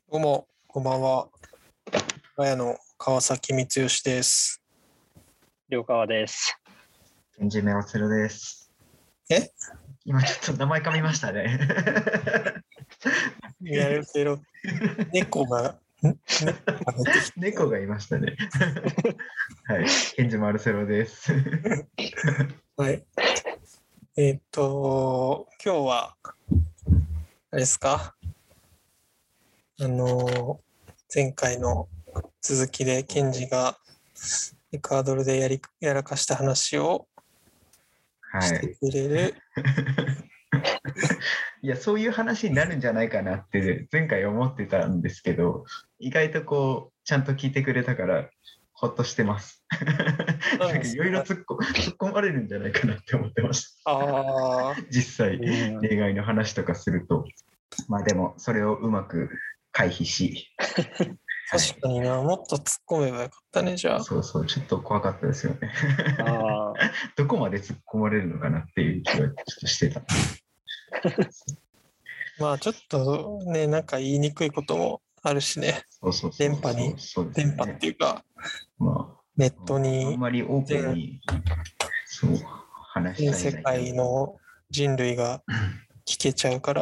どうも、こんばんは。ガヤの川崎光義です。 両川です。 ケンジメロセロです。今ちょっと名前噛みましたね。 やるけど、猫が出てき猫がいましたね。はい、ケンジマルセロです。 はい。今日は、あれですか、前回の続きでケンジがエクアドルでやらかした話をしてくれる。 いや、そういう話になるんじゃないかなって前回思ってたんですけど、意外とこうちゃんと聞いてくれたからほっとしてます。いろいろ突っ込まれるんじゃないかなって思ってました。実際、恋愛の話とかすると、まあでもそれをうまく回避し。 確かにな、もっと突っ込めばよかったね、じゃあ。 そうそう、ちょっと怖かったですよね。どこまで突っ込まれるのかなっていう気はちょっとしてた。 まあちょっとね、なんか言いにくいこともあるしね。電波っていうか、 まあ、 ネットにあんまりオープンにそう話したい世界の人類が聞けちゃうから。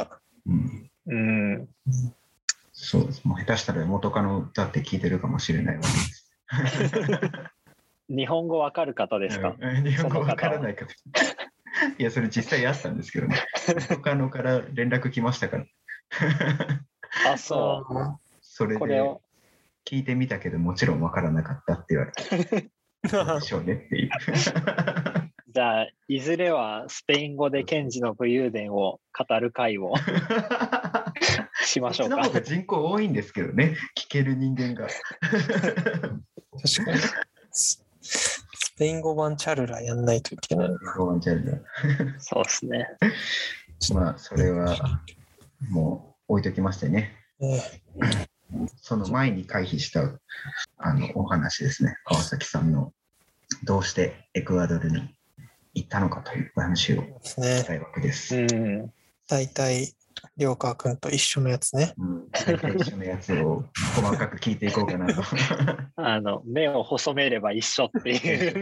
そうです。もう下手したら元カノだって聞いてるかもしれないわけです。 日本語わかる方ですか？ 日本語わからない方。いや、それ実際あったんですけどね。元カノから連絡来ましたから。 あ、そう。 それで聞いてみたけど、もちろんわからなかったって言われて。そうでしょうねっていう。 じゃあ、いずれはスペイン語でケンジの武勇伝を語る会をしましょうか。 こっちの方が人口多いんですけどね、聞ける人間が。 確かに。スペイン語版チャルラやんないといけない。 そうですね。 まあ、それはもう置いときましてね。その前に回避したお話ですね。川崎さんのどうしてエクアドルに行ったのかという話を聞きたいわけです。 大体、両川君と一緒のやつね。 大体一緒のやつを細かく聞いていこうかなと。 目を細めれば一緒っていう。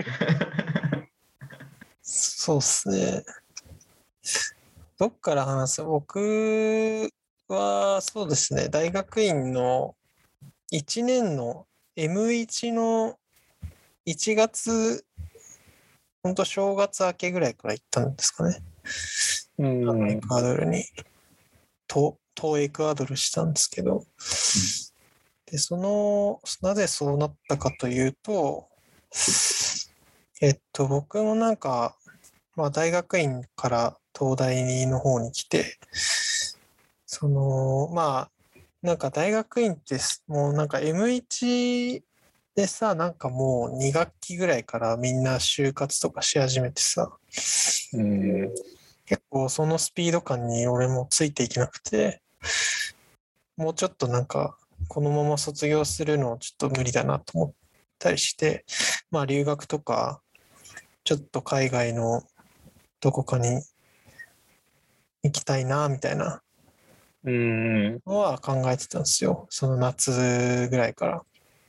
そうっすね。どっから話す？僕はそうですね、大学院の1年の M1 の1月、本当正月明けぐらいから行ったんですかね。エクアドルに、東エクアドルしたんですけど、で、なぜそうなったかというと、僕もなんか、まあ大学院から東大の方に来て、まあ、なんか大学院ってもうなんか M1 でさ、なんかもう2学期ぐらいからみんな就活とかし始めてさ、結構そのスピード感に俺もついていけなくて、もうちょっとなんかこのまま卒業するのちょっと無理だなと思ったりして、まあ留学とかちょっと海外のどこかに行きたいなみたいなのは考えてたんですよ、その夏ぐらいから。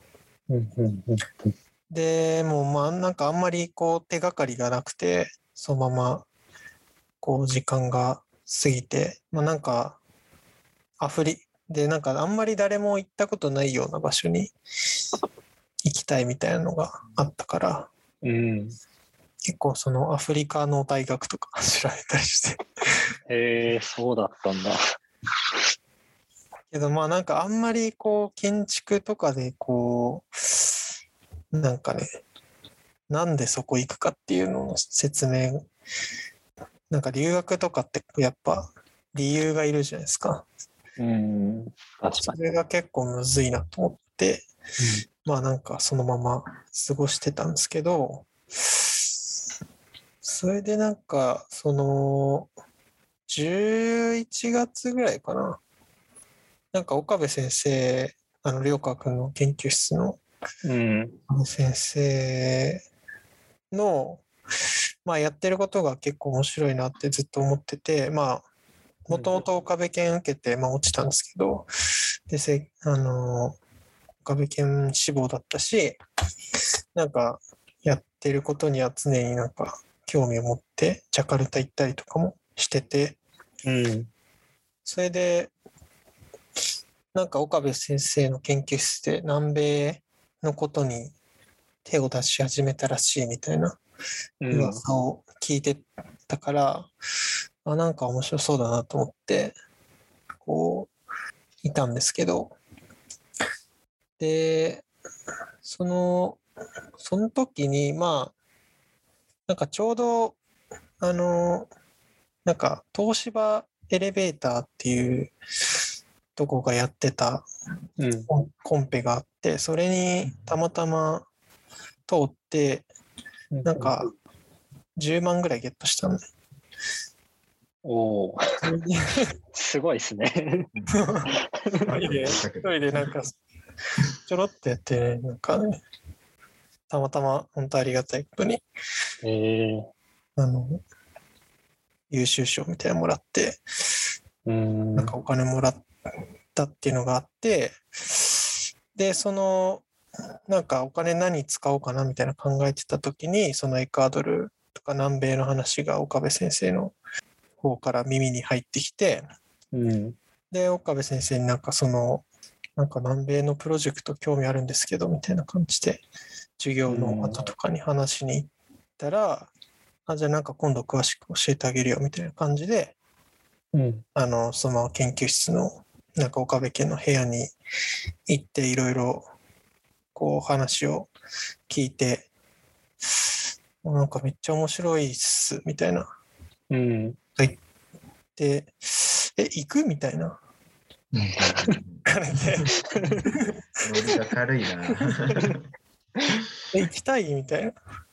でもうまあなんかあんまりこう手がかりがなくて、そのままこう時間が過ぎて、まあなんかでなんかあんまり誰も行ったことないような場所に行きたいみたいなのがあったから、結構そのアフリカの大学とか調べたりして。 そうだったんだ。 けどまあなんかあんまりこう建築とかでこうなんかね、なんでそこ行くかっていうのの説明、なんか留学とかってやっぱ理由がいるじゃないですか。 確かに。 それが結構むずいなと思って、まあなんかそのまま過ごしてたんですけど、それでなんかその11月ぐらいかな、なんか岡部先生、両川君の研究室の先生の、まあやってることが結構面白いなってずっと思ってて、まあもともと岡部研受けて、まあ落ちたんですけど、 で、岡部県志望だったし、なんかやってることには常になんか興味を持ってジャカルタ行ったりとかもしてて、それでなんか岡部先生の研究室で南米のことに手を出し始めたらしいみたいな噂を聞いてたから、なんか面白そうだなと思ってこういたんですけど、でその時にまあなんかちょうどなんか東芝エレベーターっていうとこがやってたコンペがあって、それにたまたま通ってなんか10万ぐらいゲットしたんで。 おお、すごいですね。 一人でなんかちょろっとやって、なんかね、たまたま本当ありがたいことに、優秀賞みたいなのもらって、なんかお金もらったっていうのがあって、で、なんかお金何使おうかなみたいな考えてた時に、そのエクアドルとか南米の話が岡部先生の方から耳に入ってきて、で、岡部先生になんかなんか南米のプロジェクト興味あるんですけどみたいな感じで授業の後とかに話しに行ったら、じゃあなんか今度詳しく教えてあげるよみたいな感じで、その研究室のなんか岡部家の部屋に行っていろいろこう話を聞いて、なんかめっちゃ面白いっすみたいな、言って行くみたいな。 ノリが軽いな。 行きたいみたいな。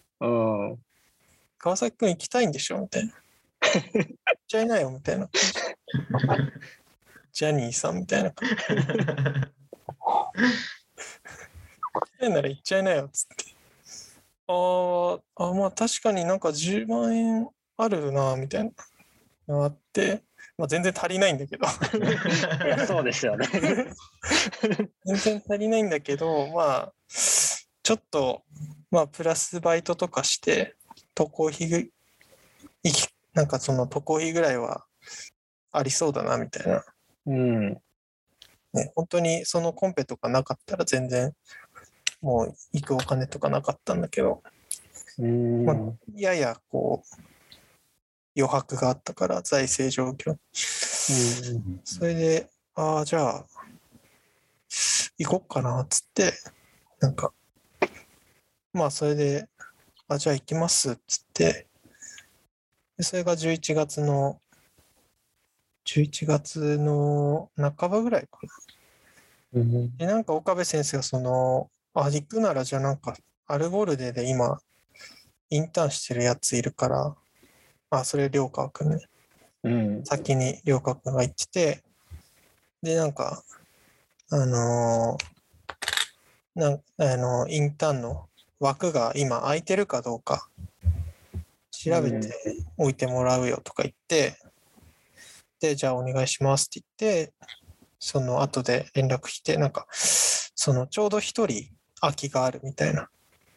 川崎くん行きたいんでしょみたいな。行っちゃいなよみたいな。ジャニーさんみたいな。行きたいなら行っちゃいなよっつって。まあ確かになんか10万円あるなみたいなのあって、まあ、全然足りないんだけど。 いや、そうですよね。 全然足りないんだけど、まあ、ちょっと、まあ、プラスバイトとかして、渡航費、なんかその渡航費ぐらいはありそうだな、みたいな。ね、本当にそのコンペとかなかったら全然、もう行くお金とかなかったんだけど、まあ、ややこう、余白があったから、財政状況。それで、じゃあ、行こっかな、つって、なんか、まあ、それで、じゃあ行きます、つって、でそれが11月の半ばぐらいかな。で、なんか岡部先生が行くならじゃあなんか、アルゴルデで今、インターンしてるやついるから、それ涼川くんね。先に涼川くんが言ってて、で、なんか、インターンの枠が今空いてるかどうか調べておいてもらうよとか言って、で、じゃあお願いしますって言って、その後で連絡来て、なんか、ちょうど一人空きがあるみたいな。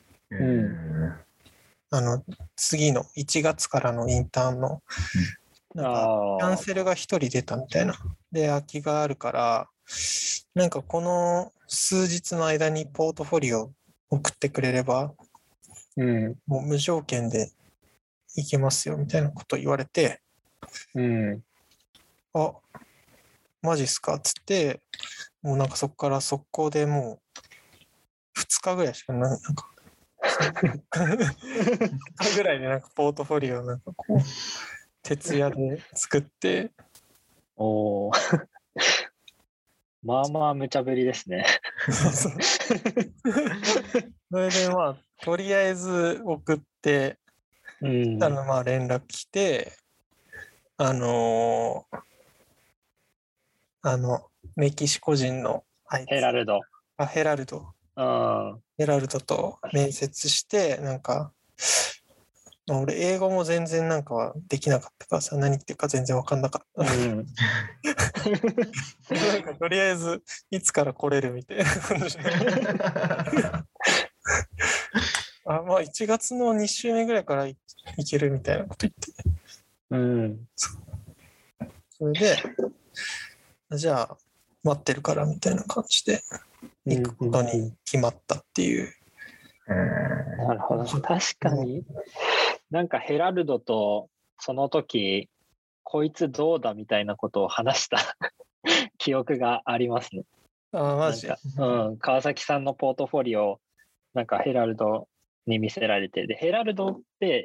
次の1月からのインターンの、なんか、キャンセルが一人出たみたいな。で、空きがあるから、なんかこの数日の間にポートフォリオ送ってくれれば、もう無条件で行けますよみたいなこと言われて、マジっすかっつって、もうなんかそこから速攻でもう2日ぐらいしかなんか2日ぐらいでなんかポートフォリオなんかこう徹夜で作って、 まあまあ無茶ぶりですね。 それでまあとりあえず送って、たらまあ連絡来て、メキシコ人のヘラルド。 ヘラルドと面接して、なんか、 俺、英語も全然なんかできなかったからさ、何言ってるか全然わかんなかった。 うん。 なんかとりあえず、いつから来れるみたいな感じで。まあ、1月の2週目ぐらいから行けるみたいなこと言って。 うん。 それで、じゃあ、待ってるからみたいな感じで、行くことに決まったっていう。 なるほど。確かに、なんかヘラルドとその時、こいつどうだみたいなことを話した記憶がありますね。 マジ？ 川崎さんのポートフォリオ、なんかヘラルドに見せられて、で、ヘラルドって、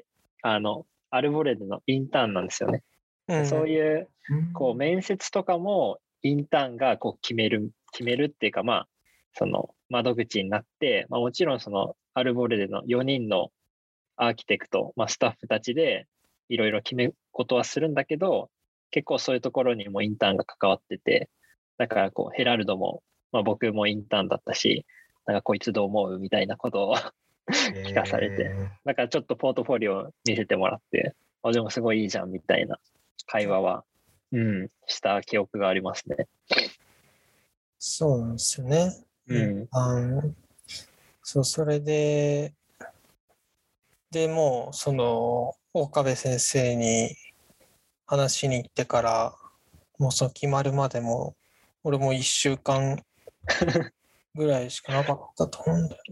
アルボレドのインターンなんですよね。そういう、こう、面接とかも、インターンがこう決めるっていうか、まあ、その窓口になって、まあ、もちろんそのアルボレドの4人のアーキテクト、まあ、スタッフたちでいろいろ決め事はするんだけど、結構そういうところにもインターンが関わってて、だからこうヘラルドも、まあ、僕もインターンだったし、なんかこいつどう思うみたいなことを聞かされて、だからちょっとポートフォリオ見せてもらって、でもすごいいいじゃんみたいな会話は、した記憶がありますね。 そうなんですよね。そう、それで、もう、その、岡部先生に話しに行ってから、もうその決まるまでも、俺も1週間ぐらいしかなかったと思うんだ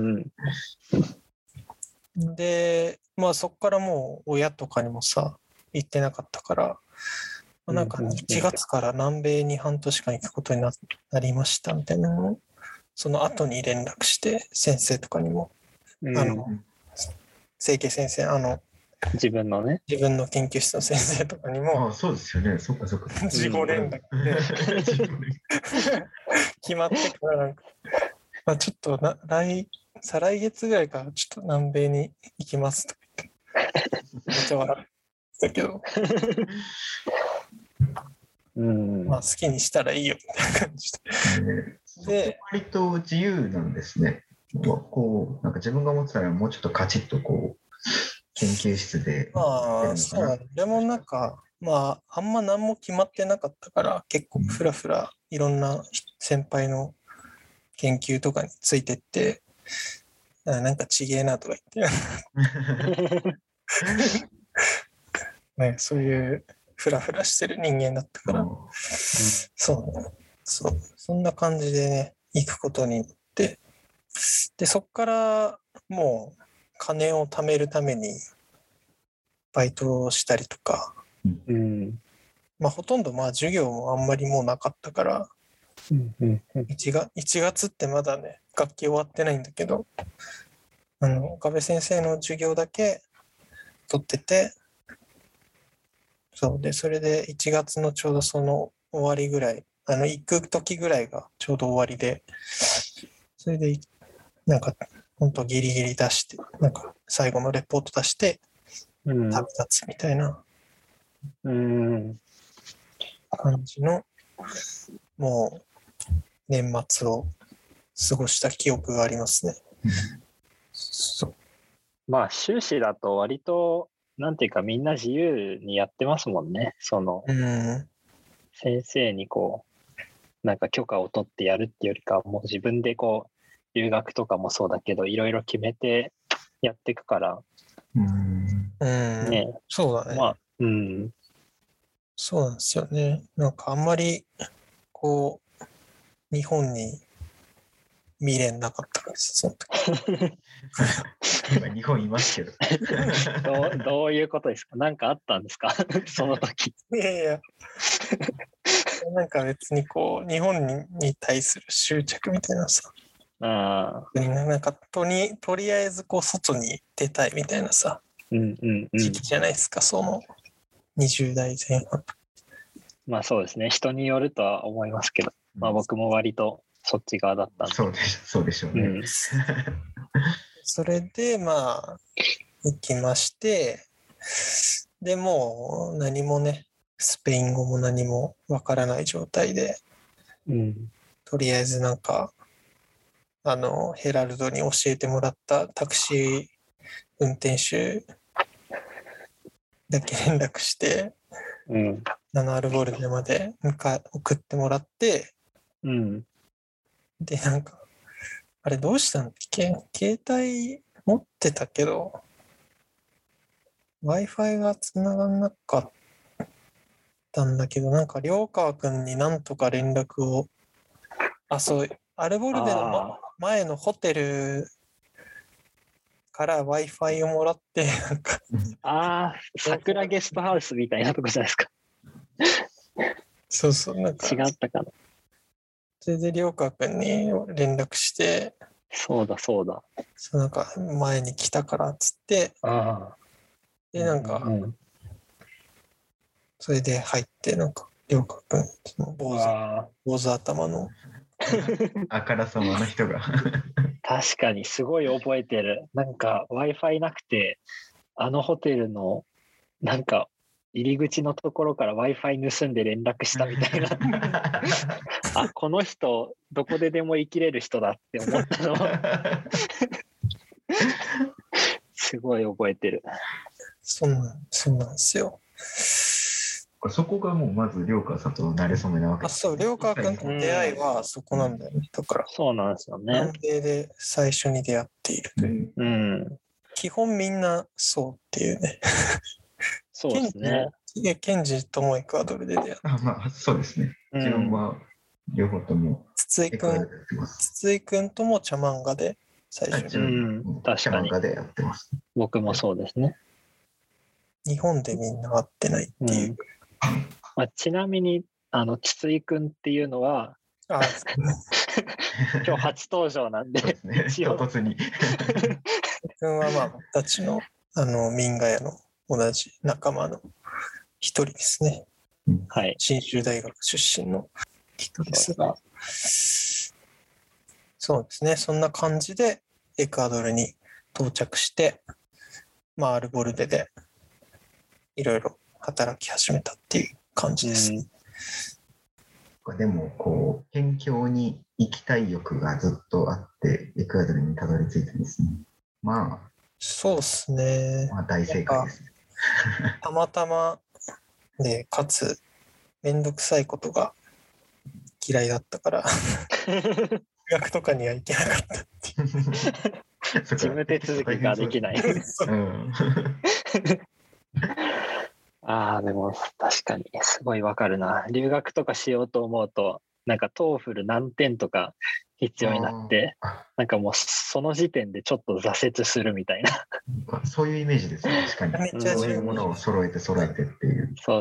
よ。で、まあそこからもう親とかにもさ、行ってなかったから、なんか1月から南米に半年間行くことになりましたみたいなのを、その後に連絡して、先生とかにも、清家先生、 自分の研究室の先生とかにも、 そうですよね、そっかそっか。 事後連絡で、決まってからなんか、ちょっと再来月ぐらいからちょっと南米に行きますとか言って、めっちゃ笑ってたけど、まあ好きにしたらいいよみたいな感じで。で、割と自由なんですね。こうなんか自分が思ってたらもうちょっとカチッとこう研究室で。 そうでもなんかあんま何も決まってなかったから結構フラフラいろんな先輩の研究とかについてってなんかちげえなとか言ってね、そういうフラフラしてる人間だったから、そんな感じでね行くことになって、でそっからもう金を貯めるためにバイトをしたりとか、ほとんど授業もあんまりもうなかったから、1月ってまだね学期終わってないんだけど、岡部先生の授業だけ取ってて、そうでそれで1月のちょうどその終わりぐらい、行く時ぐらいがちょうど終わりで、それでなんか本当ギリギリ出して、なんか最後のレポート出して旅立つみたいな感じのもう年末を過ごした記憶がありますね。 まあ修士だと割となんていうかみんな自由にやってますもんね。その先生にこうなんか許可を取ってやるっていうよりかもう自分でこう留学とかもそうだけどいろいろ決めてやっていくからね、そうだね。そうなんですよね。なんかあんまりこう日本に未練なかったからその時今日本いますけどどういうことですか？何かあったんですかその時。 いやなんか別にこう日本に対する執着みたいなさ、なんかとりあえずこう外に出たいみたいなさ、時期じゃないですか、その20代前半。 まあそうですね、人によるとは思いますけど、僕も割とそっち側だったんで。 そうでしょうね。 それで行きまして、でもう何もねスペイン語も何もわからない状態で、とりあえずなんかヘラルドに教えてもらったタクシー運転手だけ連絡して、ナノアルボルデまで送ってもらって、で、なんか、あれどうしたんだっけ？携帯持ってたけど、Wi-Fi が繋がんなかったんだけど、なんか、両川くんになんとか連絡を、そう、アルボルデの前のホテルから Wi-Fi をもらって、なんか、 桜ゲストハウスみたいなとこじゃないですか。 そうそう、なんか、 違ったかな。 それで、両川くんに連絡して、 そうだ。 なんか、前に来たからっつって、で、なんか、それで入って、なんか、両川くん、その坊主頭の。 あからさまの人が。 確かに、すごい覚えてる。なんか、Wi-Fi なくて、あのホテルの、なんか、入り口のところから Wi-Fi 盗んで連絡したみたいな。この人、どこででも生きれる人だって思ったの。すごい覚えてる。 そうなんですよ。 そこがもうまず両川さんとの馴れ初めなわけです。 そう、両川君との出会いはそこなんだよね。だから、 そうなんですよね。 南米で最初に出会っているという。基本みんなそうっていうね。 そうですね。 ケンジともエクアドルで出会って。 まあ、そうですね。自分は両方とも筒井君とも茶漫画で最初に。確かに。 茶漫画でやってます。 僕もそうですね。 日本でみんな会ってないっていう。 ちなみに筒井くんっていうのは今日初登場なんで、 一応唐突に君はまあ僕たちの民家屋の同じ仲間の一人ですね。 はい。 信州大学出身の人ですが、そうですね。そんな感じでエクアドルに到着して、まあアルボルデでいろいろ働き始めたっていう感じです。 でもこう辺境に行きたい欲がずっとあってエクアドルにたどり着いてですね。まあそうですね。 まあ大正解ですね。 たまたまでかつめんどくさいことが嫌いだったから学とかには行けなかったっていう。 事務手続きができない。でも確かにすごいわかるな。留学とかしようと思うとなんかトーフル何点とか必要になってなんかもうその時点でちょっと挫折するみたいな。 そういうイメージですね。確かに。そういうものを揃えてっていう。 そう。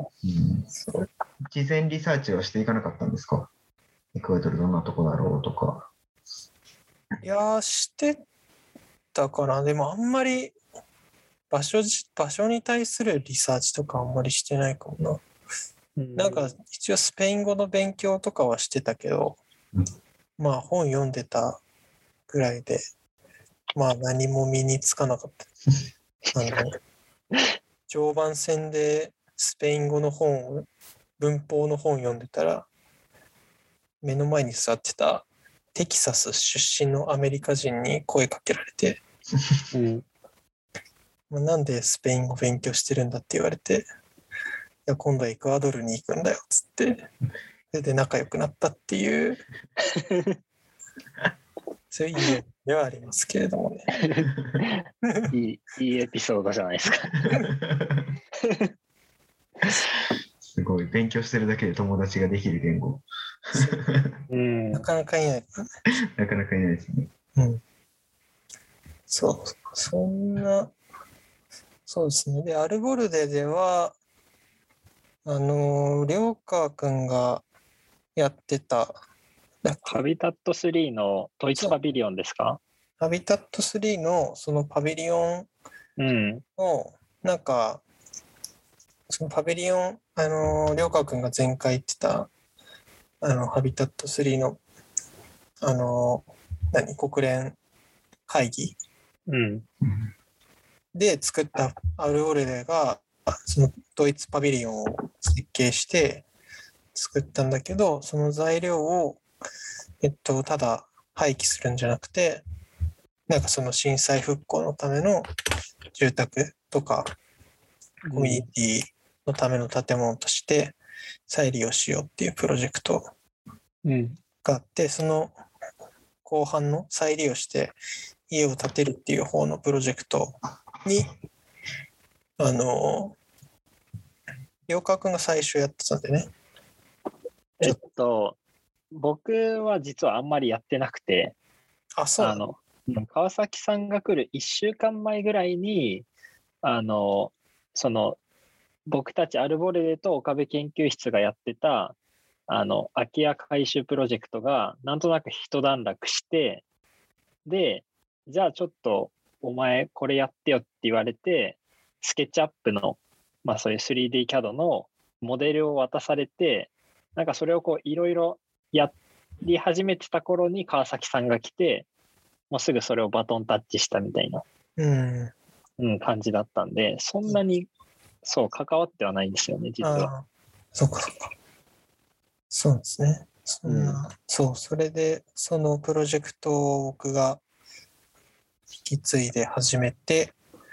事前リサーチはしていかなかったんですか？エクアドルどんなとこだろうとか。 いやしてたかな。でもあんまり場所に対するリサーチとかあんまりしてないかもな。なんか一応スペイン語の勉強とかはしてたけど、まあ本読んでたぐらいで、まあ何も身につかなかった。常磐線でスペイン語の文法の本読んでたら、目の前に座ってたテキサス出身のアメリカ人に声かけられて、なんでスペイン語勉強してるんだって言われて、いや今度はエクアドルに行くんだよっつって、それで仲良くなったっていうそういう意味ではありますけれどもね。 いいエピソードじゃないですか。 すごい勉強してるだけで友達ができる言語。 なかなかいないからね。 なかなかいないですね。 そうですね。で、アルボルデでは、両川くんがやってた、 ハビタット3のドイツパビリオンですか？ ハビタット3のそのパビリオンの、なんか、そのパビリオン、両川くんが前回言ってた、ハビタット3の、国連会議で作ったアルボルデが、そのドイツパビリオンを設計して作ったんだけど、その材料を、ただ廃棄するんじゃなくて、なんかその震災復興のための住宅とかコミュニティのための建物として再利用しようっていうプロジェクトがあって、その後半の再利用して家を建てるっていう方のプロジェクトに陽川くんが最初やってたんでね。 僕は実はあんまりやってなくて、川崎さんが来る1週間前ぐらいにその僕たちアルボレデと岡部研究室がやってた空き家改修プロジェクトがなんとなく一段落して、でじゃあちょっとお前これやってよって言われて、スケッチアップのそういう 3D キャドのモデルを渡されて、なんかそれをこういろいろやり始めてた頃に川崎さんが来て、もうすぐそれをバトンタッチしたみたいな、感じだったんで、そんなに関わってはないんですよね、実は。 そうか。そうですね。それでそのプロジェクトを僕が引き継いで始めて、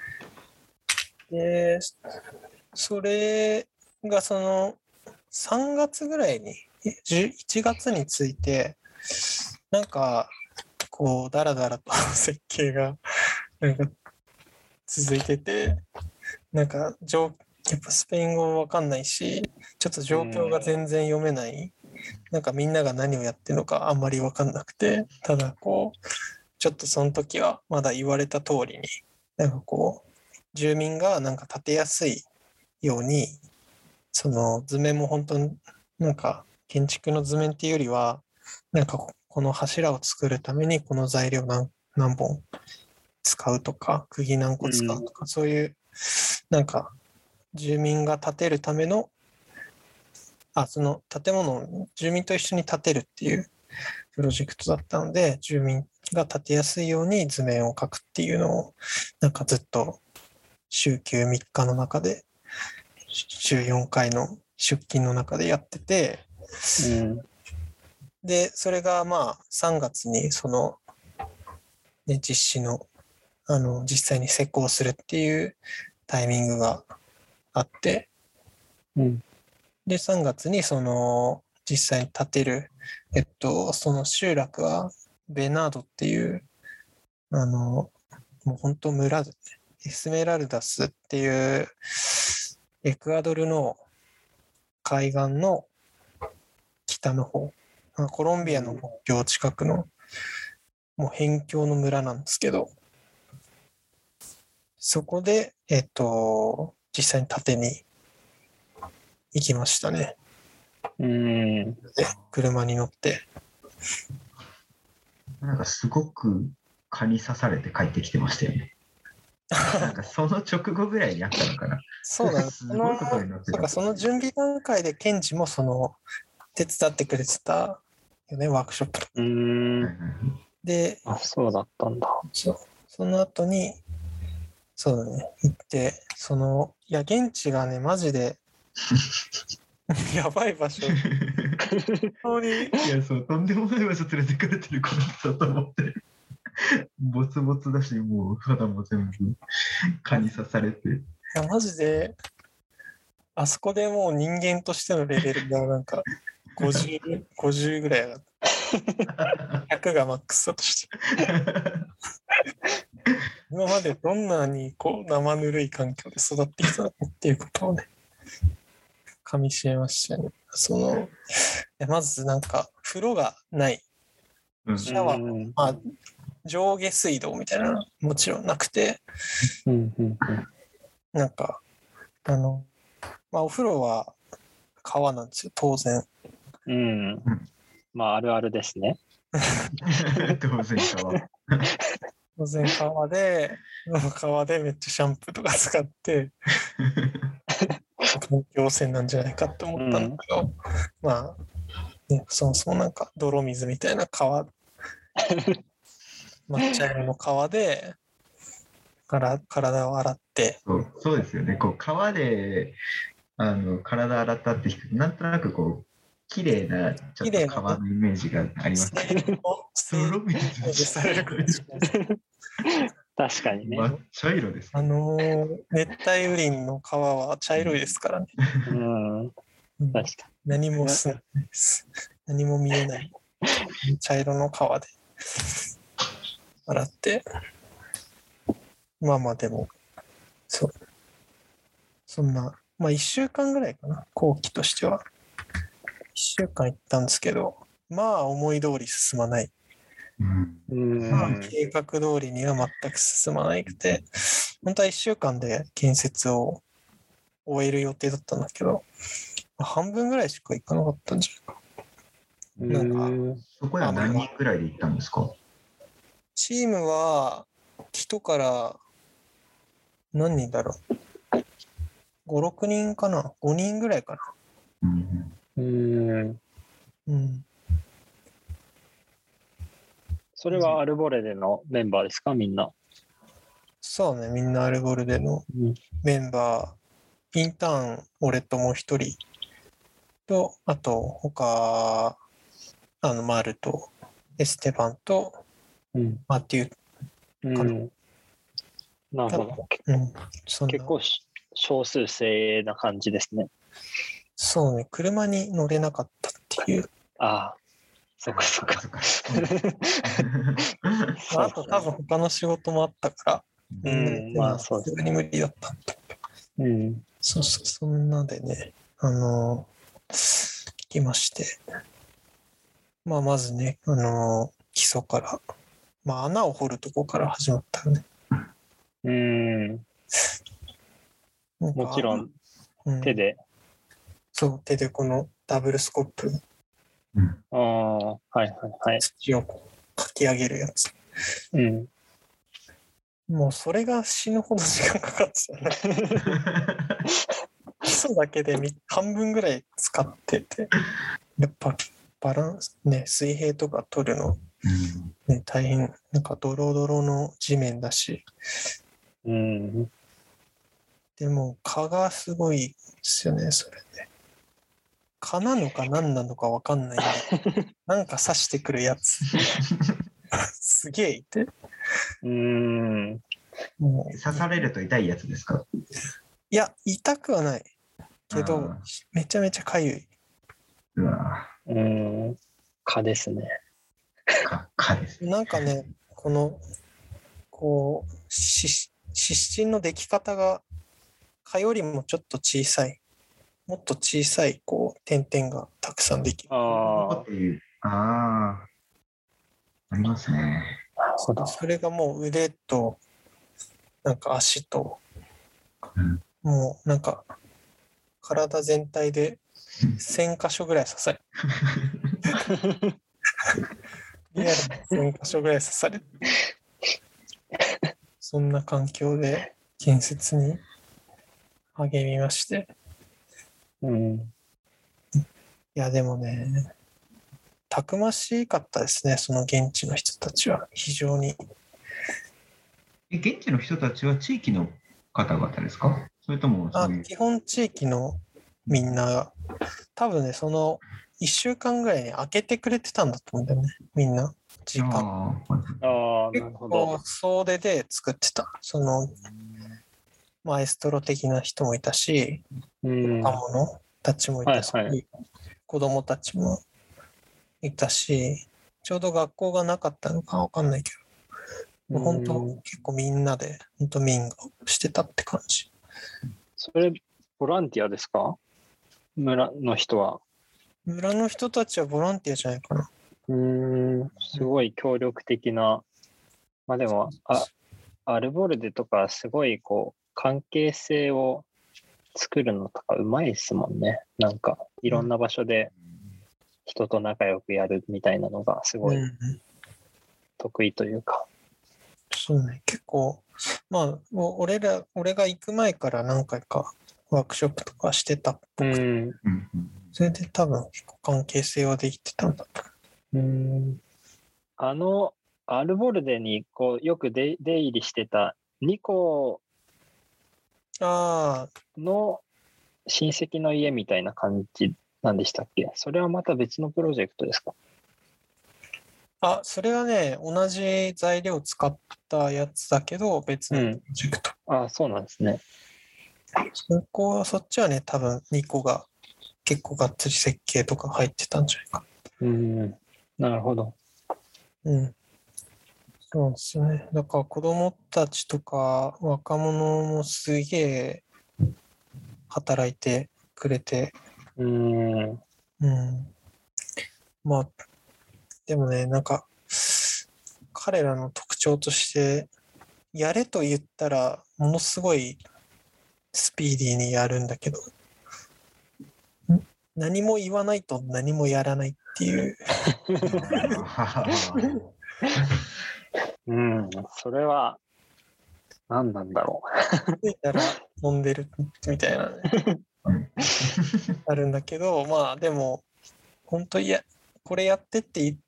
でそれがその3月ぐらいに1月について、なんかこうダラダラと設計がなんか続いてて、なんかやっぱスペイン語わかんないし、ちょっと状況が全然読めない、なんかみんなが何をやってるのかあんまりわかんなくて、ただこうちょっとその時はまだ言われた通りに、なんかこう住民がなんか建てやすいように、その図面も本当になんか建築の図面っていうよりは、なんかこの柱を作るためにこの材料何本使うとか、釘何個使うとか、そういうなんか住民が建てるためのその建物を住民と一緒に建てるっていうプロジェクトだったので、住民が建てやすいように図面を描くっていうのをなんかずっと週休3日の中で週4回の出勤の中でやってて、でそれが3月にその、ね、実施の実際に施工するっていうタイミングがあって、で3月にその実際に建てるその集落はベナードっていうもう本当村で、エスメラルダスっていうエクアドルの海岸の北の方、コロンビアの国境近くのもう辺境の村なんですけど、そこで実際に建てに行きましたね。で車に乗って、 なんかすごく蚊に刺されて帰ってきてましたよね。なんかその直後ぐらいにあったのかな。 そうなんです。 すごいことになってた。 その準備段階でケンジもその手伝ってくれてたよね、ワークショップ。で、 そうだったんだ。 その後にそうだね、行って現地がねマジでやばい場所。 本当にいやとんでもない場所連れてくれてるこの人と思って。ボツボツだし、もう肌も全部蚊に刺されて。いやマジであそこでもう人間としてのレベルがなんか50ぐらい上がった100がマックスだとして今までどんなにこう生ぬるい環境で育ってきたのっていうことをねかみしめましたね。まずなんか風呂がないシャワー、上下水道みたいなのはもちろんなくて、なんかお風呂は川なんですよ、当然。 あるあるですね。 当然川。 当然川でめっちゃシャンプーとか使って環境汚染なんじゃないかって思ったんだけど、そもそもなんか泥水みたいな川抹茶色の川で体を洗ってそうですよね。こう川で体洗ったって人なんとなくこう綺麗なちょっと川のイメージがありますね。泥水確かにね。 抹茶色ですね。 熱帯雨林の川は茶色いですからね。 うん。確か何もすないです。何も見えない。茶色の川で洗って。まあまあでも、そう。そんな、まあ1週間ぐらいかな、後期としては。1週間行ったんですけど、まあ思い通り進まない。まあ計画通りには全く進まなくて、本当は1週間で建設を終える予定だったんだけど、半分ぐらいしか行かなかったんじゃないか。なんか、 そこでは何人ぐらいで行ったんですか？ チームは、人から何人だろう。5、6人かな ?5 人ぐらいかな。 それはアルボレデのメンバーですか、みんな？ そうね、みんなアルボルデのメンバー、インターン、俺ともう一人と、あと、他、マルと、エステバンと、マティウかな。 なるほど。結構少数精鋭な感じですね。 そうね、車に乗れなかったっていう。 ああ、そっかそっか。 あと多分他の仕事もあったから、まあさすがに無理だった。そうそう、そんなでね、聞きまして。まあまずね、基礎から、まあ穴を掘るとこから始まったよね。 もちろん手で。 そう、手でこのダブルスコップ。 はいはいはい。 土をかき上げるやつ。もうそれが死ぬほど時間かかってたね。基礎だけで半分ぐらい使ってて、やっぱバランスね、水平とか取るの、ね、大変、なんかドロドロの地面だし、でも蚊がすごいですよね、それで。蚊なのか何なのか分かんないんで、なんか刺してくるやつ。すげえいて。 もう刺されると痛いやつですか？ いや、痛くはないけど、めちゃめちゃかゆい。 蚊ですね。 蚊です。 なんかね、湿疹のでき方が蚊よりもちょっと小さい。もっと小さい点々がたくさんできる。 ありますね。 それがもう腕となんか足と、もうなんか体全体で1000箇所ぐらい刺されリアルに1000箇所ぐらい刺されそんな環境で建設に励みまして。いやでもね、たくましかったですね、その現地の人たちは非常に。 現地の人たちは地域の方々ですか？それともそういう。 基本地域のみんな、多分ね、その1週間ぐらいに開けてくれてたんだと思うんだよね、みんな。時間。結構総出で作ってた。マエストロ的な人もいたし、若者たちもいたし、子供たちもいたし、ちょうど学校がなかったのかわかんないけど、本当結構みんなで本当民がしてたって感じ。 それボランティアですか？村の人は。 村の人たちはボランティアじゃないかな。 すごい協力的な。まあでもアルボルデとかすごい関係性を作るのとかうまいですもんね。なんかいろんな場所で人と仲良くやるみたいなのがすごい得意というか。 そうね、結構まあ俺が行く前から何回かワークショップとかしてたっぽくて、それで多分結構関係性はできてたんだと。 アルボルデによく出入りしてたニコの親戚の家みたいな感じなんでしたっけ？それはまた別のプロジェクトですか？ あ、それはね、同じ材料を使ったやつだけど、別のプロジェクト。 あ、そうなんですね。 そっちはね、多分2個が結構がっつり設計とか入ってたんじゃないか。 なるほど。 そうですね。だから子供たちとか若者もすげえ働いてくれて。まあ、でもね、なんか、彼らの特徴として、やれと言ったら、ものすごいスピーディーにやるんだけど、何も言わないと何もやらないっていう。 それは、何なんだろう。気づいたら飛んでるみたいなね。あるんだけど、まあでも、本当これやってって言って、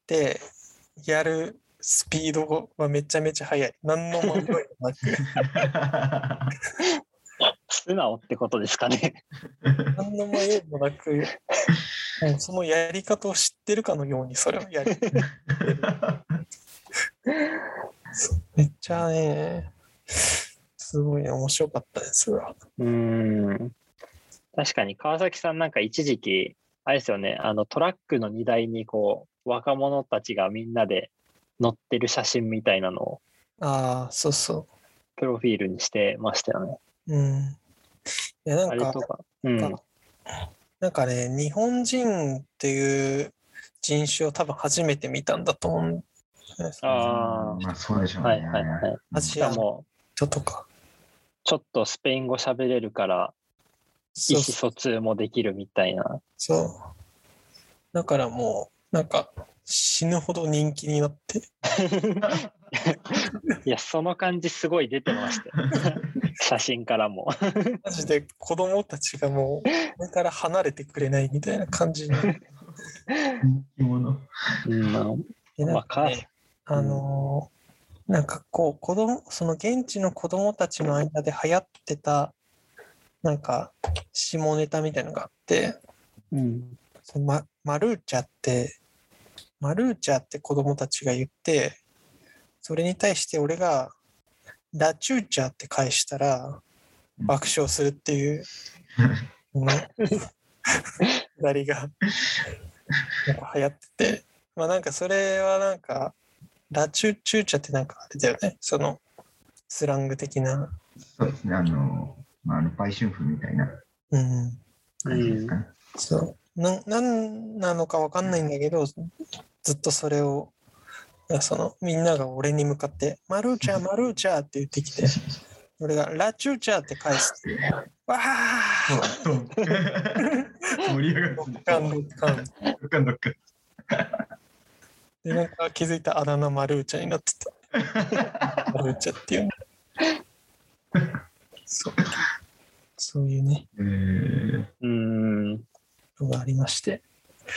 やるスピードはめちゃめちゃ速い。何の迷いもなく。 素直ってことですかね。 何の迷いもなく、もうそのやり方を知ってるかのようにそれをやりめっちゃね、すごい面白かったですが。 確かに川崎さんなんか一時期あれですよね、トラックの荷台にこう若者たちがみんなで乗ってる写真みたいなのをそうそうプロフィールにしてましたよね。 いやなんかあれとか、 なんかね、日本人っていう人種を多分初めて見たんだと思うんですよ。まあそうでしょうね。 アジアの人とか。 ちょっとスペイン語喋れるから意思疎通もできるみたいな。 そう。だからもうなんか死ぬほど人気になって。 いやその感じすごい出てましたよ。写真からも。 マジで子供たちがもうこれから離れてくれないみたいな感じに。 人気者。 なんかね、なんかこうその現地の子供たちの間で流行ってたなんか下ネタみたいなのがあって、マルーチャって子供たちが言って、それに対して俺がラチューチャって返したら爆笑するっていうくだりがなんか流行ってて、まあなんかそれはなんかラチューチャってなんかあれだよね、そのスラング的な。 そうですね、売春婦みたいな感じですかね。 そうなんなのかわかんないんだけど、ずっとそれをみんなが俺に向かってマルーチャーって言ってきて、俺がラチューチャーって返す。わー盛り上がる。どっかん。 で、なんか気づいたあだ名マルーチャになってた。マルーチャっていう。そういうね。のがありまして。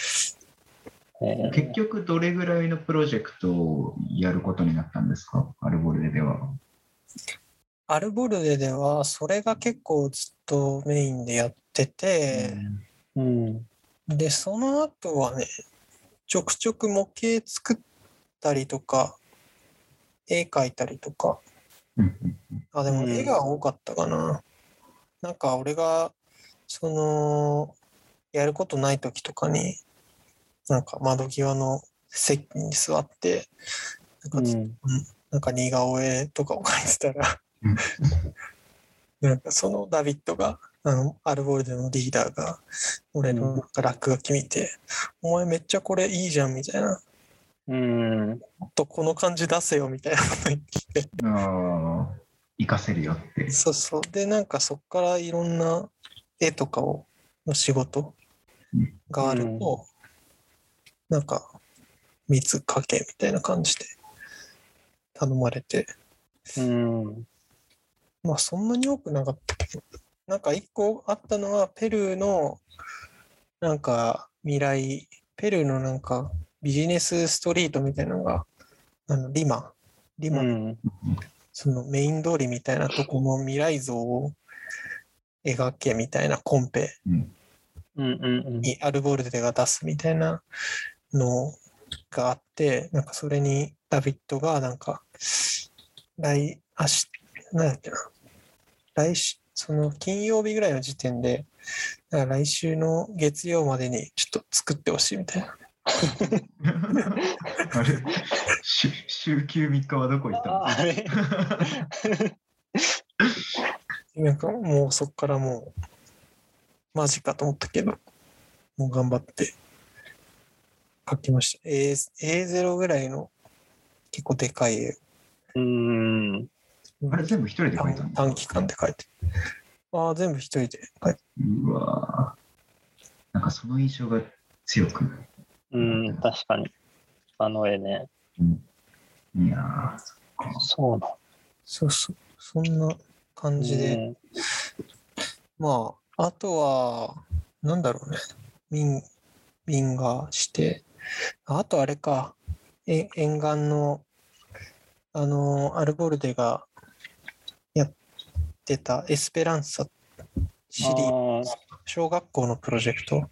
結局どれぐらいのプロジェクトをやることになったんですか、アルボルデでは。 アルボルデではそれが結構ずっとメインでやってて、でその後はね、ちょくちょく模型作ったりとか絵描いたりとか、でも絵が多かったかな。なんか俺がやることない時とかになんか窓際の席に座ってなんか似顔絵とかを描いてたらなんかそのダビッドがアルボルデのリーダーが俺の落書き見て、お前めっちゃこれいいじゃんみたいな、もっとこの感じ出せよみたいなこと言ってきて、 活かせるよって。 そうでなんかそっからいろんな絵とかの仕事があると、なんか水かけみたいな感じで頼まれて、まあそんなに多くなかったけど、なんか一個あったのはペルーのなんかペルーのなんかビジネスストリートみたいなのがリマ、そのメイン通りみたいなとこの未来像を描けみたいなコンペにアルボルデが出すみたいなのをがあって、なんかそれにダビッドがなんかなんだっけな、その金曜日ぐらいの時点で、なんか来週の月曜までにちょっと作ってほしいみたいな。 あれ週休3日はどこ行ったんですか？ なんかもうそっからもうマジかと思ったけど、もう頑張って書きました。A0 ぐらいの結構でかい絵。 あれ全部一人で書いたんですか？ 短期間で書いて。ああ、全部一人で書いて。 うわー、なんかその印象が強く。 確かに。あの絵ね。 いやー、 そうな。 そう。そんな感じで。まあ、あとは、なんだろうね。民がして、あとあれか、沿岸の、アルボルデがやってたエスペランサシリーズ、小学校のプロジェクト。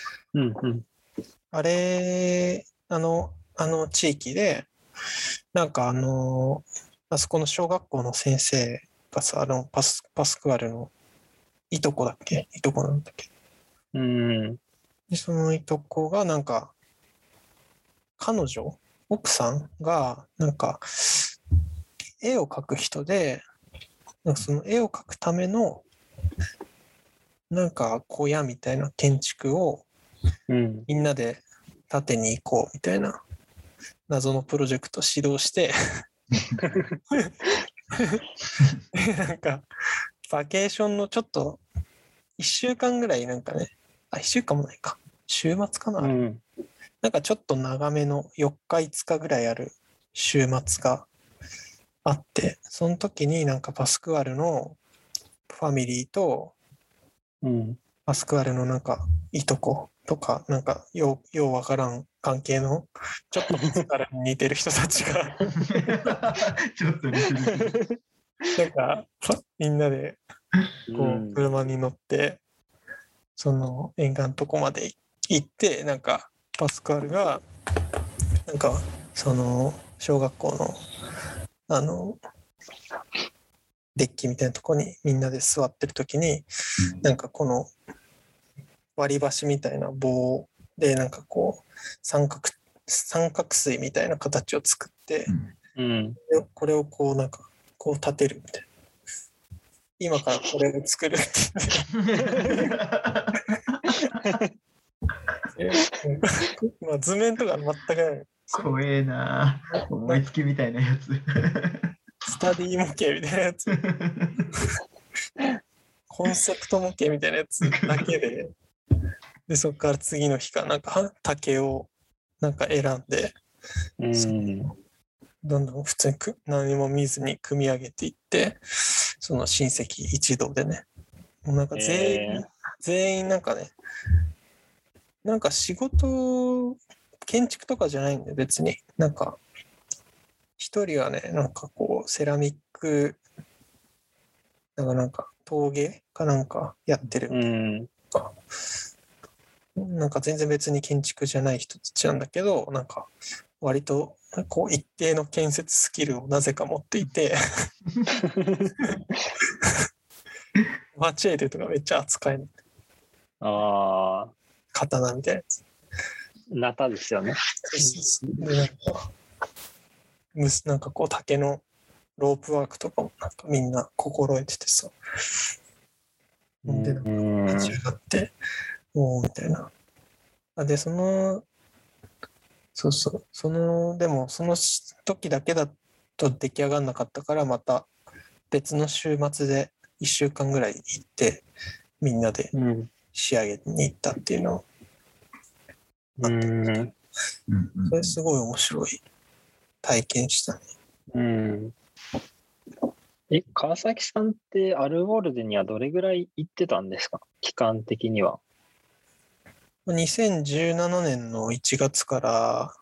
あれ、あの地域で、なんかあそこの小学校の先生がさ、パスクアルのいとこなんだっけ。で、そのいとこがなんか、奥さんが、なんか、絵を描く人で、なんかその絵を描くための、なんか小屋みたいな建築を、みんなで建てに行こうみたいな謎のプロジェクトを指導してなんかバケーションのちょっと1週間ぐらいなんかね、1週間もないか、週末かな、なんかちょっと長めの4日5日ぐらいある週末があって、その時になんかパスクアルのファミリーと、パスクアルのなんかいとことか、なんかようわからん関係のちょっとパスクアルに似てる人たちがちょっと似てる。 なんかみんなでこう車に乗ってその沿岸のとこまで行って、なんかパスクアルがなんかその小学校のデッキみたいなとこにみんなで座ってる時に、なんかこの割り箸みたいな棒でなんかこう三角錐みたいな形を作って、これをこうなんかこう立てるみたいな。今からこれを作るってまあ図面とか全くない。 怖えな、思いつきみたいなやつ。 スタディ模型みたいなやつ。コンセプト模型みたいなやつだけで、でそこから次の日かなんか竹をなんか選んで、どんどん普通に何も見ずに組み上げていって、その親戚一同でね、もうなんか全員なんかね、なんか仕事建築とかじゃないんで別に、なんか一人はねなんかこうセラミックなんか陶芸かなんかやってるみたいな、なんか全然別に建築じゃない人たちなんだけど、なんか割とこう一定の建設スキルをなぜか持っていてマチエーテとかめっちゃ扱える。刀みたいなやつ。 ナタですよね。 でなんかこう竹のロープワークとかもなんかみんな心得ててさ、ほんでなんか立ち上がっておーみたいな。でそのでもその時だけだと出来上がんなかったから、また別の週末で1週間ぐらい行ってみんなで仕上げに行ったっていうのをあって、それすごい面白い体験したね。 川崎さんってアルボルデにはどれぐらい行ってたんですか、期間的には。 2017年の1月から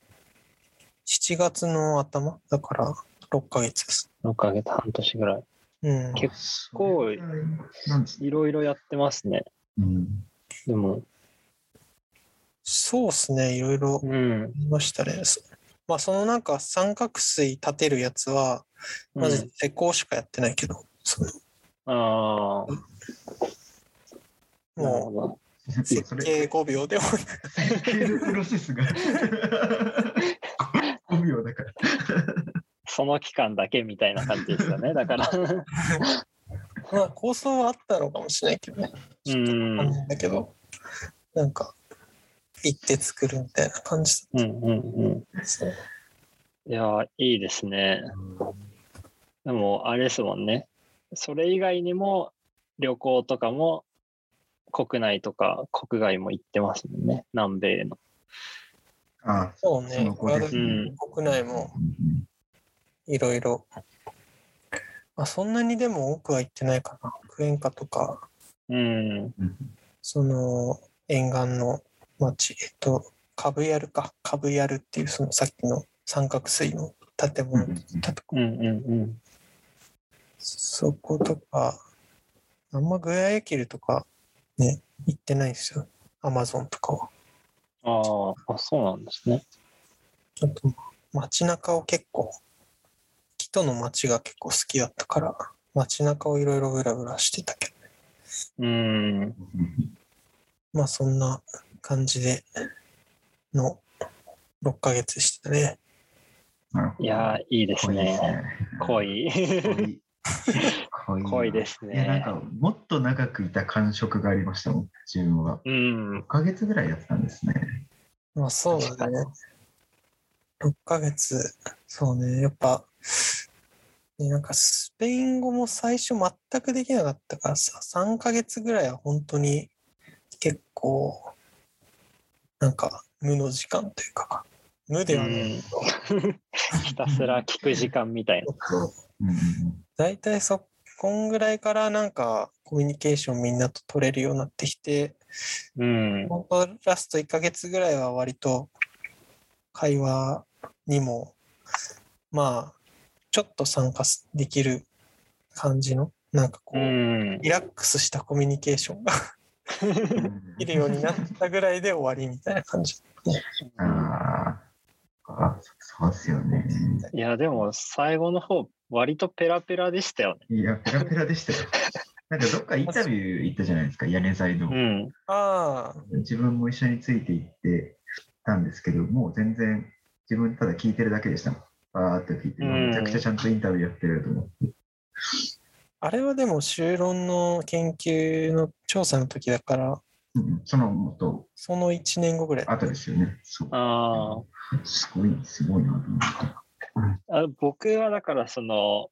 7月の頭だから6ヶ月です。 6ヶ月、半年ぐらい。結構いろいろやってますね。でもそうですね、いろいろ見ましたね。まあそのなんか三角錐立てるやつは、マジで施工しかやってないけど、 ああ。 もう設計5秒でも設計のプロセスが5秒だからその期間だけみたいな感じですよね。だからまあ構想はあったのかもしれないけどね。ちょっとわかんないんだけど、なんか行って作るみたいな感じだった。 いや、いいですね。でもあれですもんね。それ以外にも旅行とかも国内とか国外も行ってますもんね。南米の。 ああ、 そうね。国内もいろいろ。まあ、そんなにでも多くは行ってないかな。クエンカとか、その沿岸の町、カブヤルっていうそのさっきの三角錐の建物だったとこ。そことか、あんまグアヤキルとかね、行ってないんですよ。アマゾンとかは。 そうなんですね。 あと、街中を結構、人の街が結構好きだったから、街中をいろいろブラブラしてたけどね。まあそんな感じでの6ヶ月でしたね。 いや、いいですね。濃いですね。 いや、なんかもっと長くいた感触がありましたもん、自分は。6ヶ月ぐらいやったんですね。 まあそうだね。6ヶ月、そうね、やっぱ、なんかスペイン語も最初全くできなかったからさ、3ヶ月ぐらいは本当に結構、なんか無の時間というか、無ではないひたすら聞く時間みたいな。 だいたいこんぐらいからなんかコミュニケーションみんなと取れるようになってきて、本当ラスト1ヶ月ぐらいは割と会話にもまあちょっと参加できる感じのなんかこうリラックスしたコミュニケーションができるようになったぐらいで終わりみたいな感じ。 そうですよね。 いやでも最後の方割とペラペラでしたよね。 いやペラペラでしたよ。なんかどっかインタビュー行ったじゃないですか、屋根材の。自分も一緒について行ってたんですけど、もう全然自分ただ聞いてるだけでしたもん。バーって聞いて、めちゃくちゃちゃんとインタビューやってると思って。 あれはでも修論の研究の調査の時だから、 その 1年後ぐらい。 後ですよね。すごいなと思って。 僕はだからその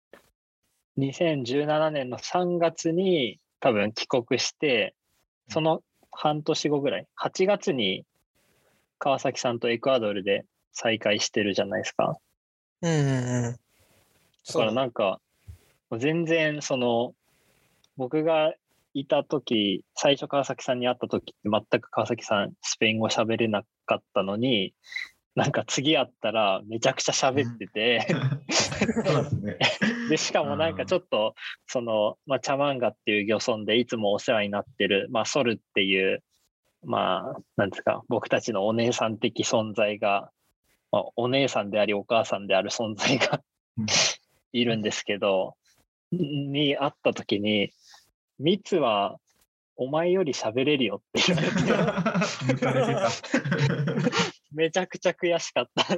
2017年の3月に多分帰国して、その半年後ぐらい、8月に川崎さんとエクアドルで再会してるじゃないですか。だからなんか全然その僕がいた時、最初川崎さんに会った時って全く川崎さんスペイン語喋れなかったのに、なんか次会ったらめちゃくちゃ喋っててでしかもなんかちょっとその、チャマンガっていう漁村でいつもお世話になってる、ソルっていうなんですか、僕たちのお姉さん的存在が、お姉さんでありお母さんである存在がいるんですけど、に会った時にミツはお前より喋れるよって言われてめちゃくちゃ悔しかった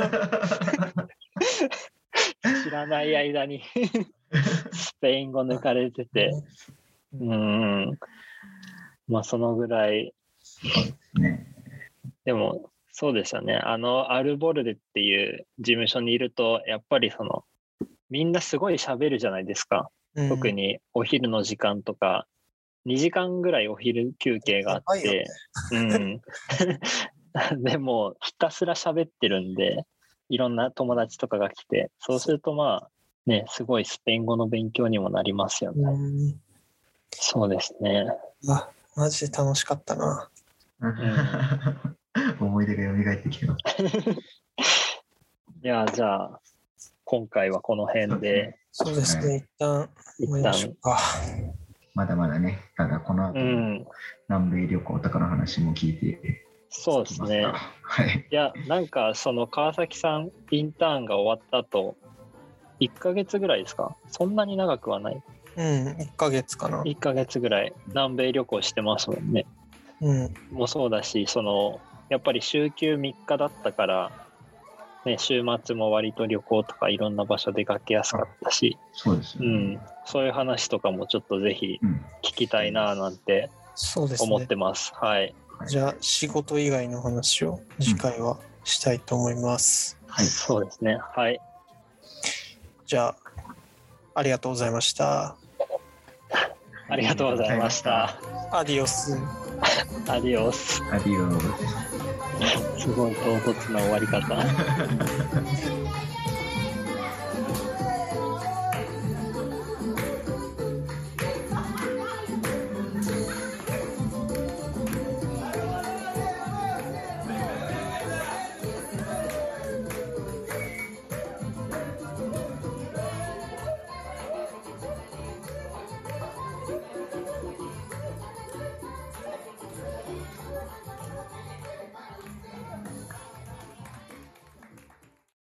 知らない間にスペイン語抜かれててそのぐらいでもそうでしたね。アルボルデっていう事務所にいるとやっぱりそのみんなすごい喋るじゃないですか、特にお昼の時間とか2時間ぐらいお昼休憩があって、でもひたすら喋ってるんで、いろんな友達とかが来て、そうするとすごいスペイン語の勉強にもなりますよね。そうですね。 マジで楽しかったな。 思い出が蘇ってきてます。 いや、じゃあ今回はこの辺で。 そうですね、一旦まだまだね、ただこの後南米旅行とかの話も聞いてそうですね。 はい。 いや、なんかその川崎さんインターンが終わった後、1ヶ月ぐらいですか？そんなに長くはない。 うん、1ヶ月かな。 1ヶ月ぐらい南米旅行してますもんね。 うん。 もそうだし、やっぱり週休3日だったから、ね、週末も割と旅行とかいろんな場所出かけやすかったし、 そうですね。 うん、そういう話とかもちょっとぜひ聞きたいななんてそうですね。 思ってます。はい。 じゃあ仕事以外の話を次回はしたいと思います。 はい。 そうですね。はい。 じゃあありがとうございました。 ありがとうございました。 アディオス。 アディオス。 アディオス。 すごい唐突な終わり方。